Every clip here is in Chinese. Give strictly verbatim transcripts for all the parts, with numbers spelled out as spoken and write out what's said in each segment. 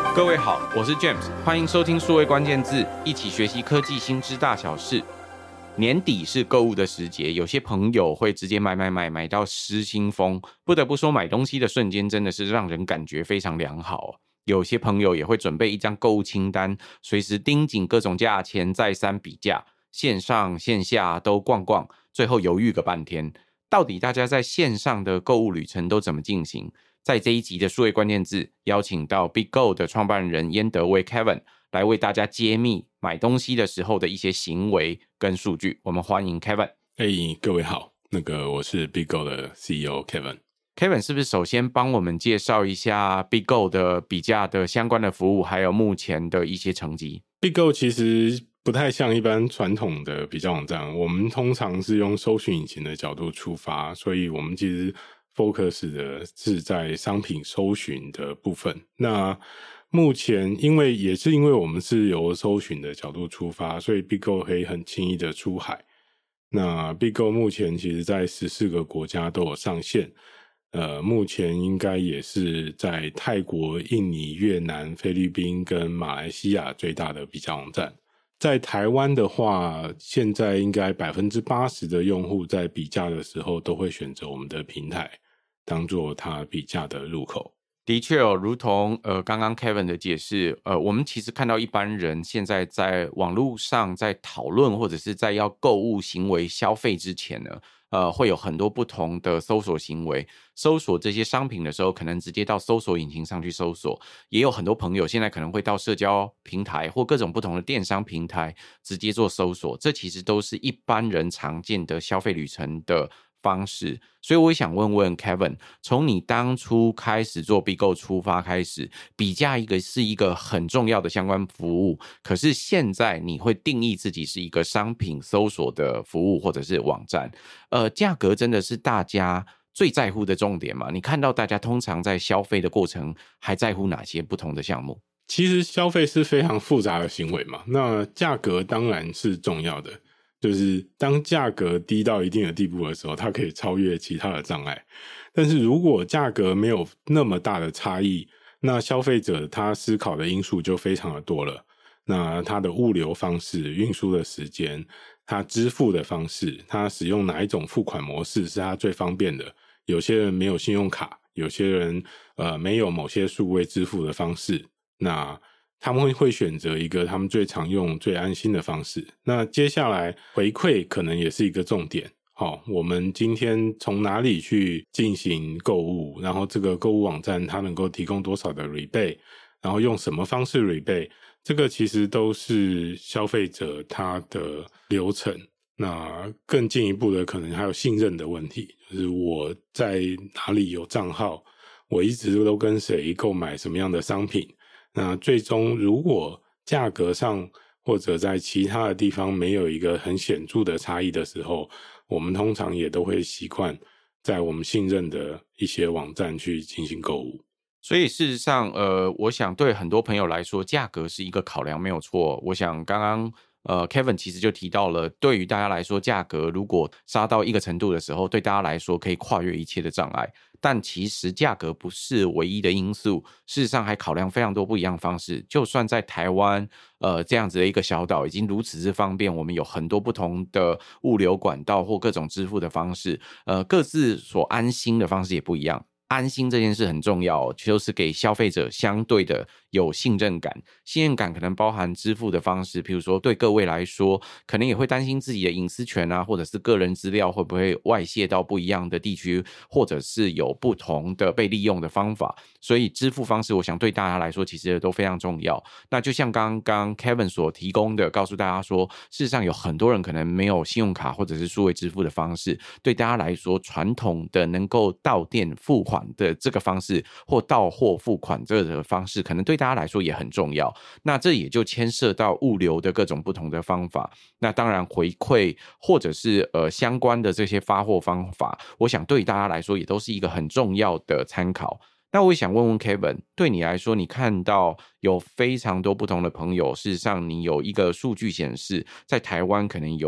各位好，我是 James， 欢迎收听数位关键字，一起学习科技新知大小事。年底是购物的时节，有些朋友会直接买买买买到失心疯，不得不说买东西的瞬间真的是让人感觉非常良好。有些朋友也会准备一张购物清单，随时盯紧各种价钱，再三比价，线上线下都逛逛，最后犹豫个半天。到底大家在线上的购物旅程都怎么进行？在这一集的数位关键字，邀请到 BigGo 的创办人燕德威 Kevin 来为大家揭秘买东西的时候的一些行为跟数据。我们欢迎 Kevin。 嘿、各位好，那个我是 BigGo 的 C E O Kevin。Kevin 是不是首先帮我们介绍一下 BigGo 的比价的相关的服务，还有目前的一些成绩？ BigGo 其实不太像一般传统的比价网站，我们通常是用搜寻引擎的角度出发，所以我们其实 focus 的是在商品搜寻的部分。那目前因为也是因为我们是由搜寻的角度出发，所以 BigGo 可以很轻易的出海。那 BigGo 目前其实在十四个国家都有上线，呃，目前应该也是在泰国、印尼、越南、菲律宾跟马来西亚最大的比价网站。在台湾的话，现在应该 百分之八十 的用户在比价的时候都会选择我们的平台当做他比价的入口。 的确哦，如同呃刚刚 Kevin 的解释，呃，我们其实看到一般人现在在网络上在讨论，或者是在要购物行为消费之前呢，呃，会有很多不同的搜索行为。搜索这些商品的时候，可能直接到搜索引擎上去搜索，也有很多朋友现在可能会到社交平台或各种不同的电商平台直接做搜索，这其实都是一般人常见的消费旅程的方式。所以我也想问问 Kevin， 从你当初开始做 BigGo 出发开始，比价一个是一个很重要的相关服务，可是现在你会定义自己是一个商品搜索的服务或者是网站，呃，价格真的是大家最在乎的重点吗？你看到大家通常在消费的过程还在乎哪些不同的项目？ 其实消费是非常复杂的行为嘛，那价格当然是重要的，就是当价格低到一定的地步的时候，它可以超越其他的障碍。但是如果价格没有那么大的差异，那消费者他思考的因素就非常的多了。那他的物流方式、运输的时间、他支付的方式、他使用哪一种付款模式是他最方便的。有些人没有信用卡，有些人呃没有某些数位支付的方式，那他们会选择一个他们最常用最安心的方式。那接下来回馈可能也是一个重点。好，我们今天从哪里去进行购物，然后这个购物网站它能够提供多少的 rebate， 然后用什么方式 rebate， 这个其实都是消费者他的流程。那更进一步的可能还有信任的问题，就是我在哪里有账号，我一直都跟谁购买什么样的商品，那最终如果价格上或者在其他的地方没有一个很显著的差异的时候，我们通常也都会习惯在我们信任的一些网站去进行购物。 所以事实上呃，我想对很多朋友来说价格是一个考量没有错。我想刚刚呃 Kevin 其实就提到了，对于大家来说价格如果杀到一个程度的时候，对大家来说可以跨越一切的障碍，但其实价格不是唯一的因素，事实上还考量非常多不一样的方式。就算在台湾呃这样子的一个小岛已经如此之方便，我们有很多不同的物流管道或各种支付的方式，呃各自所安心的方式也不一样。安心这件事很重要，就是给消费者相对的有信任感。信任感可能包含支付的方式，譬如说对各位来说可能也会担心自己的隐私权啊，或者是个人资料会不会外泄到不一样的地区，或者是有不同的被利用的方法。所以支付方式我想对大家来说其实都非常重要。那就像刚刚 Kevin 所提供的，告诉大家说事实上有很多人可能没有信用卡或者是数位支付的方式，对大家来说传统的能够到店付款的这个方式或到货付款这个方式可能对大家来说也很重要。那这也就牵涉到物流的各种不同的方法，那当然回馈或者是呃相关的这些发货方法，我想对大家来说也都是一个很重要的参考。那我也想问问 Kevin， 对你来说，你看到有非常多不同的朋友，事实上你有一个数据显示，在台湾可能有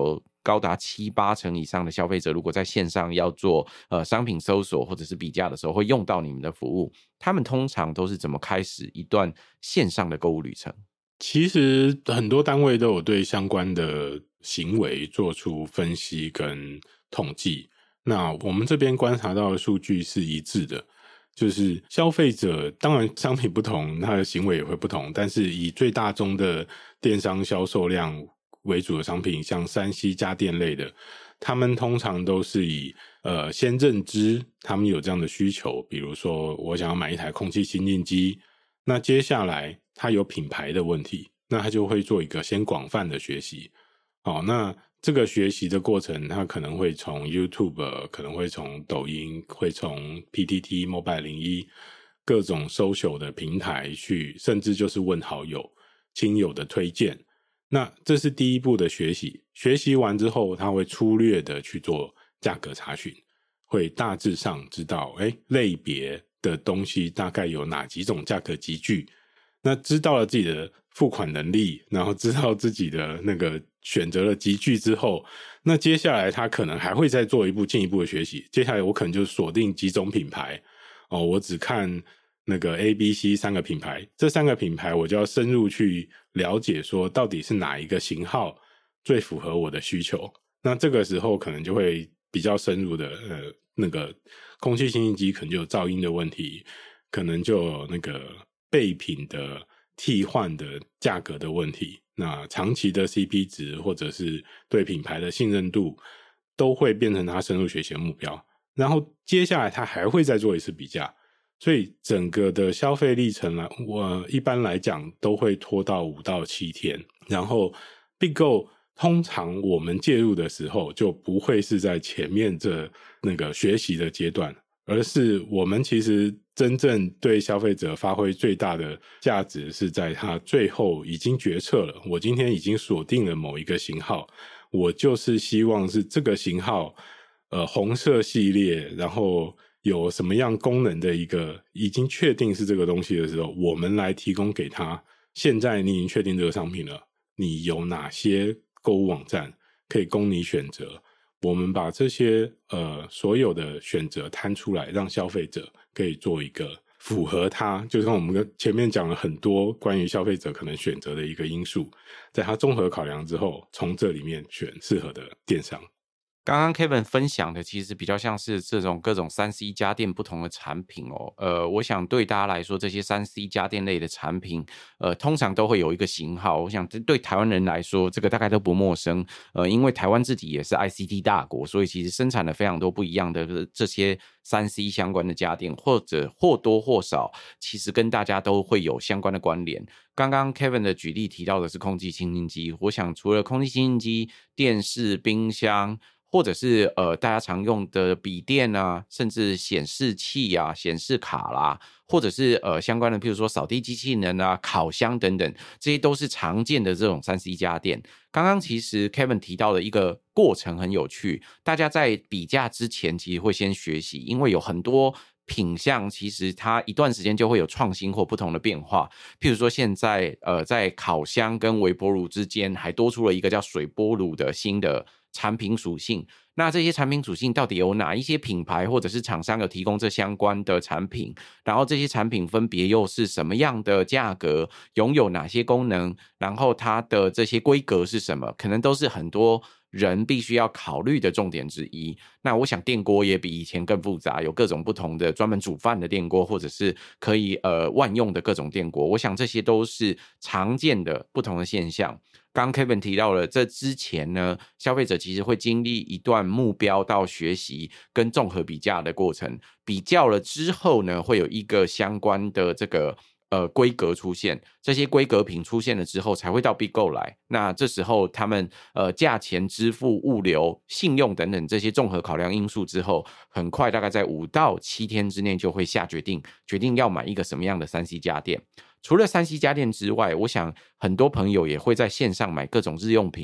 高达七八成以上的消费者，如果在线上要做呃商品搜索或者是比价的时候，会用到你们的服务，他们通常都是怎么开始一段线上的购物旅程？ 其实很多单位都有对相关的行为做出分析跟统计，那我们这边观察到的数据是一致的，就是消费者当然商品不同，他的行为也会不同，但是以最大宗的电商销售量为主的商品，像 三 C 家电类的，他们通常都是以呃先认知他们有这样的需求，比如说我想要买一台空气清净机，那接下来他有品牌的问题，那他就会做一个先广泛的学习。好，那这个学习的过程，他可能会从 YouTube， 可能会从抖音，会从 P T T、Mobile 零一各种 social 的平台去，甚至就是问好友、亲友的推荐。那这是第一步的学习。学习完之后，他会粗略的去做价格查询，会大致上知道，诶，类别的东西大概有哪几种价格集聚。那知道了自己的付款能力，然后知道自己的那个选择了集聚之后，那接下来他可能还会再做一步进一步的学习。接下来我可能就锁定几种品牌哦，我只看那个 A、B、C 三个品牌，这三个品牌我就要深入去了解说到底是哪一个型号最符合我的需求。那这个时候可能就会比较深入的呃，那个空气清净机可能就有噪音的问题，可能就有那个备品的替换的价格的问题，那长期的 C P 值或者是对品牌的信任度都会变成他深入学习的目标。然后接下来他还会再做一次比价，所以整个的消费历程来，我一般来讲都会拖到五到七天。然后 BigGo 通常我们介入的时候就不会是在前面这那个学习的阶段，而是我们其实真正对消费者发挥最大的价值是在他最后已经决策了，我今天已经锁定了某一个型号，我就是希望是这个型号呃红色系列，然后有什么样功能的一个已经确定是这个东西的时候，我们来提供给他。现在你已经确定这个商品了，你有哪些购物网站可以供你选择，我们把这些呃所有的选择摊出来，让消费者可以做一个符合他，就像我们前面讲了很多关于消费者可能选择的一个因素，在他综合考量之后，从这里面选适合的电商。 刚刚 Kevin 分享的其实比较像是这种各种 三 C 家电不同的产品哦，呃，我想对大家来说，这些 三 C 家电类的产品，呃，通常都会有一个型号。我想对台湾人来说，这个大概都不陌生。呃，因为台湾自己也是 I C T 大国，所以其实生产了非常多不一样的这些 三 C 相关的家电，或者或多或少，其实跟大家都会有相关的关联。刚刚 Kevin 的举例提到的是空气清净机，我想除了空气清净机、电视、冰箱，或者是呃大家常用的笔电啊，甚至显示器啊、显示卡啦，或者是呃相关的，譬如说扫地机器人啊、烤箱等等，这些都是常见的这种 三 C 家电。刚刚其实 Kevin 提到的一个过程很有趣，大家在比价之前其实会先学习，因为有很多品项其实它一段时间就会有创新或不同的变化。譬如说现在呃在烤箱跟微波炉之间还多出了一个叫水波炉的新的产品属性，那这些产品属性到底有哪一些品牌或者是厂商有提供这相关的产品，然后这些产品分别又是什么样的价格，拥有哪些功能，然后它的这些规格是什么，可能都是很多人必须要考虑的重点之一。那我想电锅也比以前更复杂，有各种不同的专门煮饭的电锅，或者是可以呃万用的各种电锅，我想这些都是常见的不同的现象。刚刚 Kevin 提到了，这之前呢，消费者其实会经历一段目标到学习跟综合比价的过程，比较了之后呢，会有一个相关的这个呃规格出现，这些规格品出现了之后，才会到 BigGo 来。那这时候他们呃价钱、支付、物流、信用等等这些综合考量因素之后，很快大概在五到七天之内就会下决定，决定要买一个什么样的 三 C 家电。除了 三 C 家电之外，我想很多朋友也会在线上买各种日用品、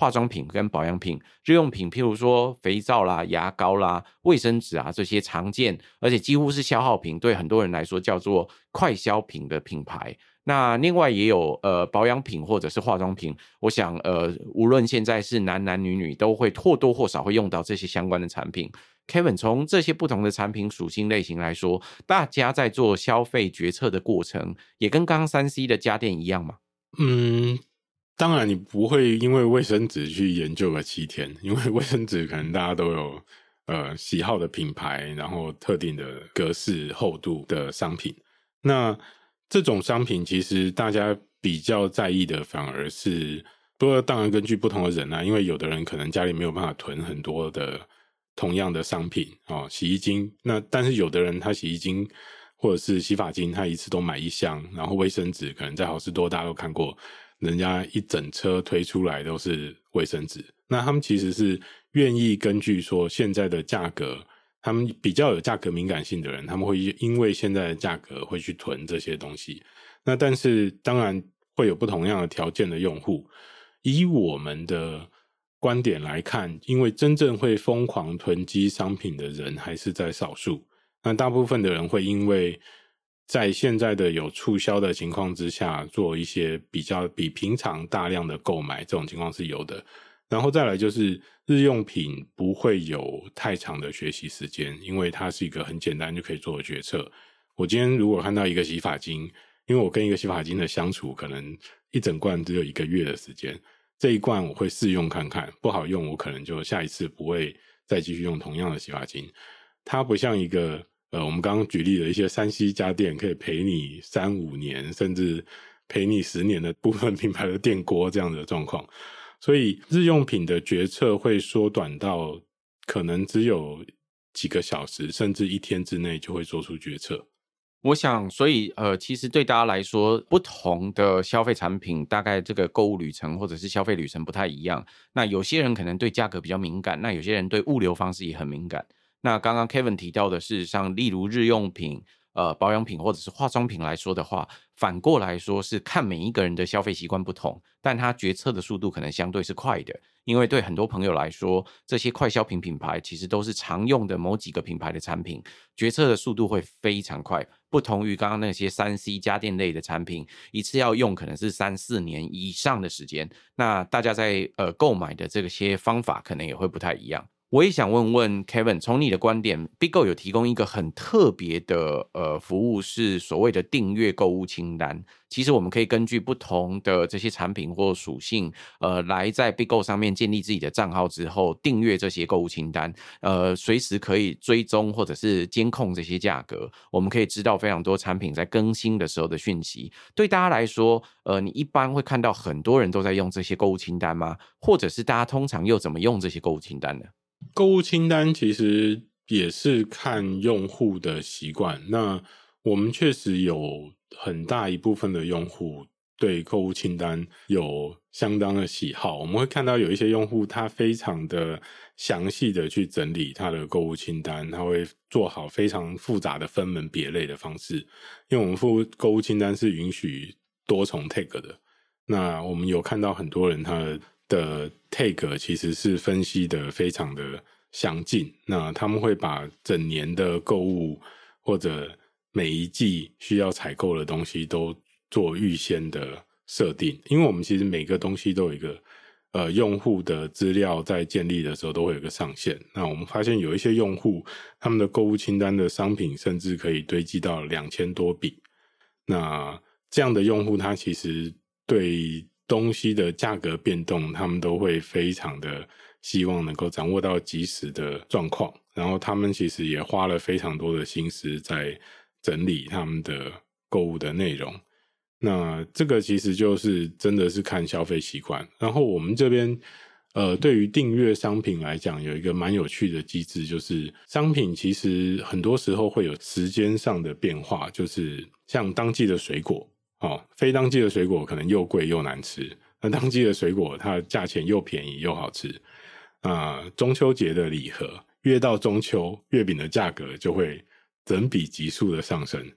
化妆品跟保养品，日用品譬如说肥皂啦、牙膏啦、卫生纸啊，这些常见而且几乎是消耗品，对很多人来说叫做快消品的品牌。那另外也有呃保养品或者是化妆品，我想呃无论现在是男男女女都会或多或少会用到这些相关的产品。Kevin 从这些不同的产品属性类型来说，大家在做消费决策的过程也跟刚刚 三 C 的家电一样吗？ 嗯，当然你不会因为卫生纸去研究个七天，因为卫生纸可能大家都有呃喜好的品牌，然后特定的格式厚度的商品。那这种商品其实大家比较在意的反而是，不过当然根据不同的人啊，因为有的人可能家里没有办法囤很多的同样的商品哦，洗衣精，那但是有的人他洗衣精或者是洗发精他一次都买一箱，然后卫生纸可能在好事多大家都看过，人家一整车推出来都是卫生纸。那他们其实是愿意根据说现在的价格，他们比较有价格敏感性的人，他们会因为现在的价格会去囤这些东西。那但是当然会有不同样的条件的用户，以我们的观点来看，因为真正会疯狂囤积商品的人还是在少数，那大部分的人会因为在现在的有促销的情况之下做一些比较比平常大量的购买，这种情况是有的。然后再来就是日用品不会有太长的学习时间，因为它是一个很简单就可以做的决策。我今天如果看到一个洗发精，因为我跟一个洗发精的相处可能一整罐只有一个月的时间，这一罐我会试用看看，不好用我可能就下一次不会再继续用同样的洗发精。它不像一个呃，我们刚刚举例的一些 三 C 家电可以陪你三五年甚至陪你十年的部分品牌的电锅这样的状况，所以日用品的决策会缩短到可能只有几个小时甚至一天之内就会做出决策。 我想所以呃，其实对大家来说，不同的消费产品大概这个购物旅程或者是消费旅程不太一样。那有些人可能对价格比较敏感，那有些人对物流方式也很敏感。那刚刚 Kevin 提到的是像例如日用品、呃保养品或者是化妆品来说的话，反过来说是看每一个人的消费习惯不同，但他决策的速度可能相对是快的。因为对很多朋友来说，这些快消品品牌其实都是常用的某几个品牌的产品，决策的速度会非常快，不同于刚刚那些 三 C 家电类的产品，一次要用可能是三四年以上的时间，那大家在呃购买的这些方法可能也会不太一样。我也想问问 Kevin， 从你的观点 BigGo 有提供一个很特别的呃服务，是所谓的订阅购物清单。其实我们可以根据不同的这些产品或属性，呃，来在 BigGo 上面建立自己的账号之后，订阅这些购物清单，呃，随时可以追踪或者是监控这些价格。我们可以知道非常多产品在更新的时候的讯息。对大家来说，呃，你一般会看到很多人都在用这些购物清单吗？或者是大家通常又怎么用这些购物清单呢？ 购物清单其实也是看用户的习惯，那我们确实有很大一部分的用户对购物清单有相当的喜好，我们会看到有一些用户他非常的详细的去整理他的购物清单，他会做好非常复杂的分门别类的方式，因为我们付购物清单是允许多重 tag 的，那我们有看到很多人他的的 tag 其实是分析的非常的详尽，那他们会把整年的购物或者每一季需要采购的东西都做预先的设定，因为我们其实每个东西都有一个呃用户的资料在建立的时候都会有一个上限，那我们发现有一些用户他们的购物清单的商品甚至可以堆积到两千多笔，那这样的用户他其实对东西的价格变动他们都会非常的希望能够掌握到即时的状况，然后他们其实也花了非常多的心思在整理他们的购物的内容，那这个其实就是真的是看消费习惯。然后我们这边呃，对于订阅商品来讲有一个蛮有趣的机制，就是商品其实很多时候会有时间上的变化，就是像当季的水果哦，非当季的水果可能又贵又难吃，那当季的水果它的价钱又便宜又好吃啊、呃，中秋节的礼盒越到中秋，月饼的价格就会整笔急速的上升，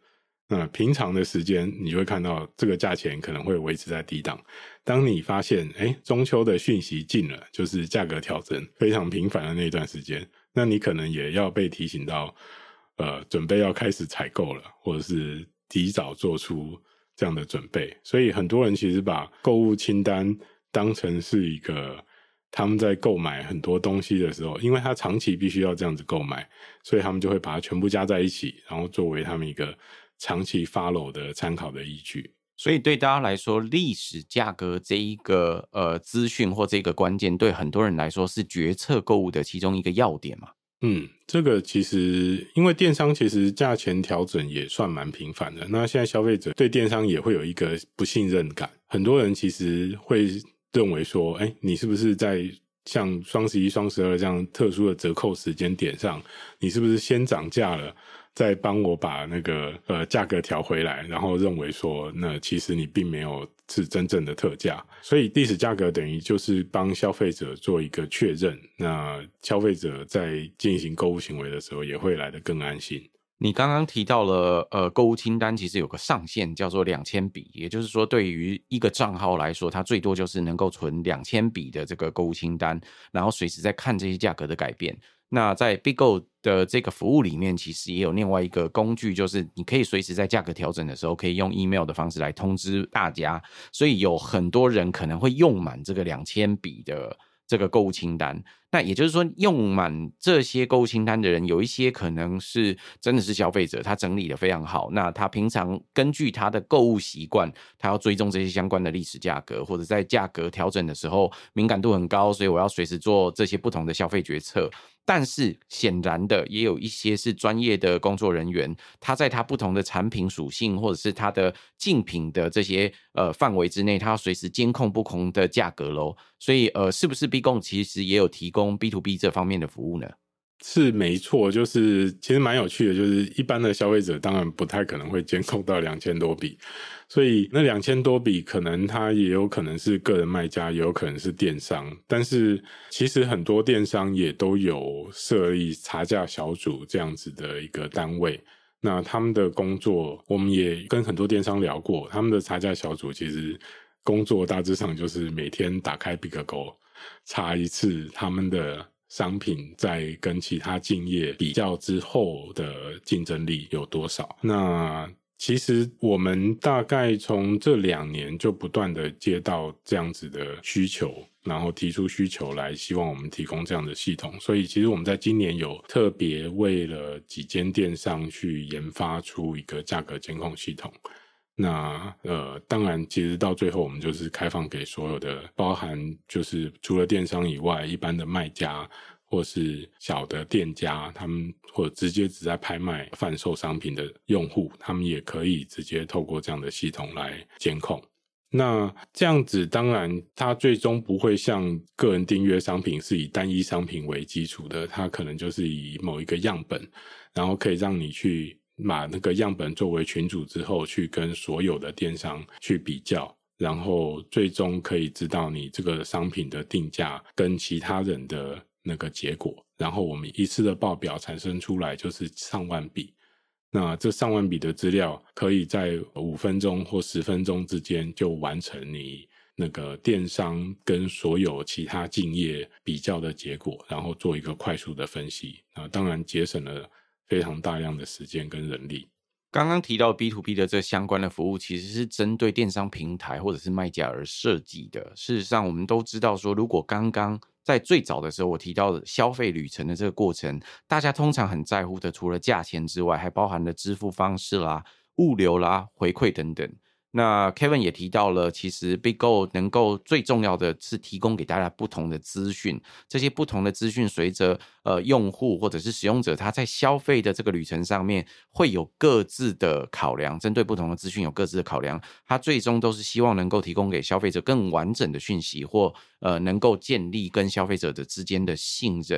那平常的时间你就会看到这个价钱可能会维持在低档，当你发现诶中秋的讯息近了，就是价格调整非常频繁的那段时间，那你可能也要被提醒到呃，准备要开始采购了，或者是提早做出这样的准备。所以很多人其实把购物清单当成是一个他们在购买很多东西的时候，因为他长期必须要这样子购买，所以他们就会把它全部加在一起，然后作为他们一个长期 follow 的参考的依据。 所以对大家来说，历史价格这一个呃资讯或这个关键，对很多人来说是决策购物的其中一个要点嘛。 嗯，这个其实因为电商其实价钱调整也算蛮频繁的，那现在消费者对电商也会有一个不信任感，很多人其实会认为说，哎，你是不是在像双十一、双十二这样特殊的折扣时间点上，你是不是先涨价了，再帮我把那个呃价格调回来，然后认为说，那其实你并没有是真正的特价，所以历史价格等于就是帮消费者做一个确认，那消费者在进行购物行为的时候也会来得更安心。 你刚刚提到了呃购物清单其实有个上限叫做两千笔，也就是说对于一个账号来说，它最多就是能够存两千笔的这个购物清单，然后随时在看这些价格的改变。那在 BigGo 的这个服务里面，其实也有另外一个工具，就是你可以随时在价格调整的时候，可以用 email 的方式来通知大家。所以有很多人可能会用满这个两千笔的这个购物清单。那也就是说，用满这些购物清单的人，有一些可能是真的是消费者，他整理的非常好。那他平常根据他的购物习惯，他要追踪这些相关的历史价格，或者在价格调整的时候敏感度很高，所以我要随时做这些不同的消费决策。但是显然的，也有一些是专业的工作人员，他在他不同的产品属性或者是他的竞品的这些呃范围之内，他要随时监控不同的价格咯。所以呃，是不是 BigGo 其实也有提供 B to B 这方面的服务呢？ 是没错，就是其实蛮有趣的，就是一般的消费者当然不太可能会监控到两千多笔，所以那两千多笔可能它也有可能是个人卖家，也有可能是电商，但是其实很多电商也都有设立查价小组这样子的一个单位。那他们的工作我们也跟很多电商聊过，他们的查价小组其实工作大致上就是每天打开 BigGo 查一次他们的商品在跟其他竞业比较之后的竞争力有多少。那其实我们大概从这两年就不断的接到这样子的需求，然后提出需求来希望我们提供这样的系统，所以其实我们在今年有特别为了几间电商去研发出一个价格监控系统。那呃，当然其实到最后我们就是开放给所有的，包含就是除了电商以外，一般的卖家或是小的店家，他们或者直接只在拍卖贩售商品的用户，他们也可以直接透过这样的系统来监控。那这样子当然它最终不会像个人订阅商品是以单一商品为基础的，它可能就是以某一个样本，然后可以让你去把那个样本作为群组之后，去跟所有的电商去比较，然后最终可以知道你这个商品的定价跟其他人的那个结果，然后我们一次的报表产生出来就是上万笔。那这上万笔的资料可以在五分钟或十分钟之间就完成你那个电商跟所有其他竞业比较的结果，然后做一个快速的分析。那当然节省了非常大量的时间跟人力。 刚刚提到 B to B 的这相关的服务其实是针对电商平台或者是卖家而设计的。事实上我们都知道说，如果刚刚在最早的时候我提到的消费旅程的这个过程，大家通常很在乎的除了价钱之外，还包含了支付方式啦、物流啦、回馈等等。那 Kevin 也提到了，其实 BigGo 能够最重要的是提供给大家不同的资讯，这些不同的资讯随着呃用户或者是使用者他在消费的这个旅程上面会有各自的考量，针对不同的资讯有各自的考量，它最终都是希望能够提供给消费者更完整的讯息，或呃能够建立跟消费者的之间的信任。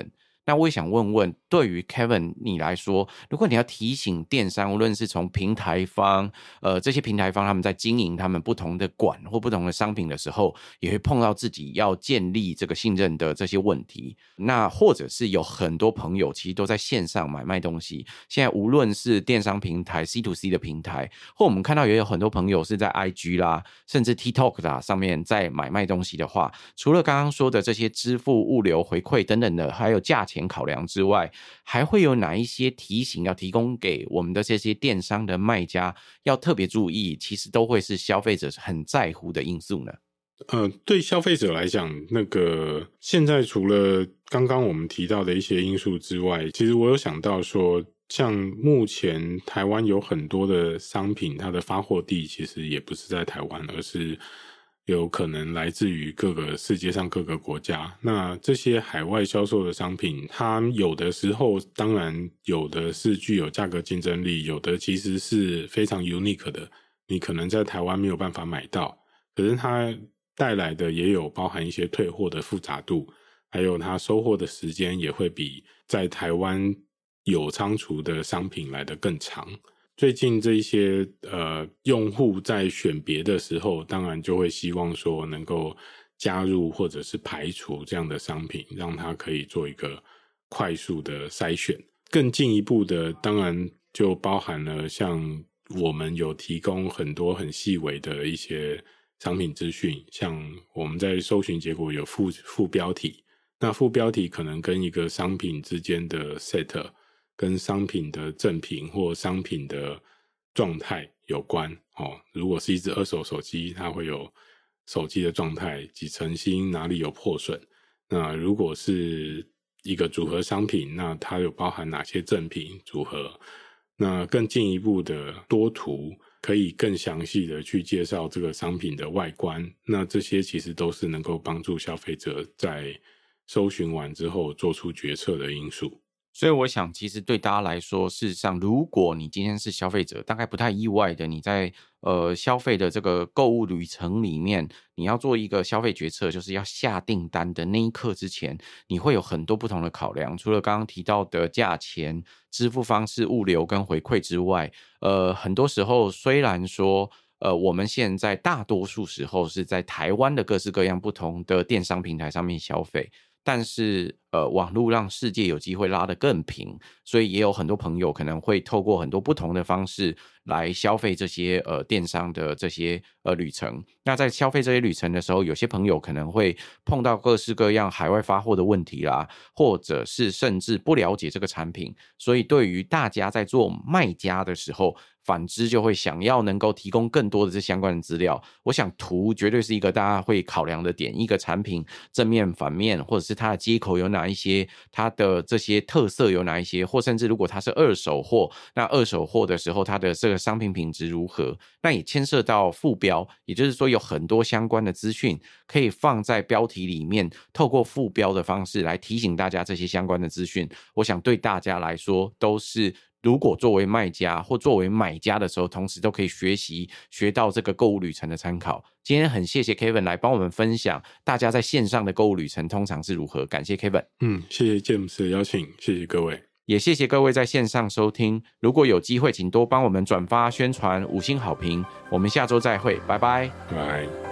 那我也想问问，对于 Kevin 你来说，如果你要提醒电商，无论是从平台方，呃，这些平台方他们在经营他们不同的馆或不同的商品的时候，也会碰到自己要建立这个信任的这些问题。那或者是有很多朋友其实都在线上买卖东西，现在无论是电商平台 C to C 的平台，或我们看到也有很多朋友是在 I G 啦，甚至 TikTok 啦上面在买卖东西的话，除了刚刚说的这些支付、物流、回馈等等的，还有价钱考量之外，还会有哪一些提醒要提供给我们的这些电商的卖家要特别注意，其实都会是消费者很在乎的因素呢？ 呃，对消费者来讲，那个现在除了刚刚我们提到的一些因素之外，其实我有想到说，像目前台湾有很多的商品，它的发货地其实也不是在台湾，而是有可能来自于各个世界上各个国家。那这些海外销售的商品，它有的时候当然有的是具有价格竞争力，有的其实是非常 unique 的，你可能在台湾没有办法买到，可是它带来的也有包含一些退货的复杂度，还有它收货的时间也会比在台湾有仓储的商品来得更长。最近这一些呃用户在选别的时候，当然就会希望说能够加入或者是排除这样的商品，让它可以做一个快速的筛选。更进一步的，当然就包含了像我们有提供很多很细微的一些商品资讯，像我们在搜寻结果有副副标题，那副标题可能跟一个商品之间的 set 跟商品的正品或商品的状态有关哦。如果是一只二手手机，它会有手机的状态，几成新，哪里有破损。那如果是一个组合商品，那它有包含哪些正品组合。那更进一步的多图可以更详细的去介绍这个商品的外观，那这些其实都是能够帮助消费者在搜寻完之后做出决策的因素。 所以我想其实对大家来说，事实上如果你今天是消费者，大概不太意外的，你在呃消费的这个购物旅程里面，你要做一个消费决策，就是要下订单的那一刻之前，你会有很多不同的考量，除了刚刚提到的价钱、支付方式、物流跟回馈之外，呃很多时候虽然说呃，我们现在大多数时候是在台湾的各式各样不同的电商平台上面消费，但是呃，网络让世界有机会拉得更平，所以也有很多朋友可能会透过很多不同的方式来消费这些呃电商的这些呃旅程。那在消费这些旅程的时候，有些朋友可能会碰到各式各样海外发货的问题啦，或者是甚至不了解这个产品，所以对于大家在做卖家的时候，反之就会想要能够提供更多的这相关的资料。我想图绝对是一个大家会考量的点，一个产品正面反面，或者是它的接口有哪一些，它的这些特色有哪一些，或甚至如果它是二手货，那二手货的时候它的这个商品品质如何，那也牵涉到副标，也就是说有很多相关的资讯可以放在标题里面，透过副标的方式来提醒大家这些相关的资讯。我想对大家来说都是，如果作为卖家或作为买家的时候，同时都可以学习学到这个购物旅程的参考。今天很谢谢 Kevin 来帮我们分享大家在线上的购物旅程通常是如何，感谢 Kevin。 嗯，谢谢 James 的邀请，谢谢各位， 也谢谢各位在线上收听，如果有机会请多帮我们转发宣传，五星好评，我们下周再会，拜拜拜拜。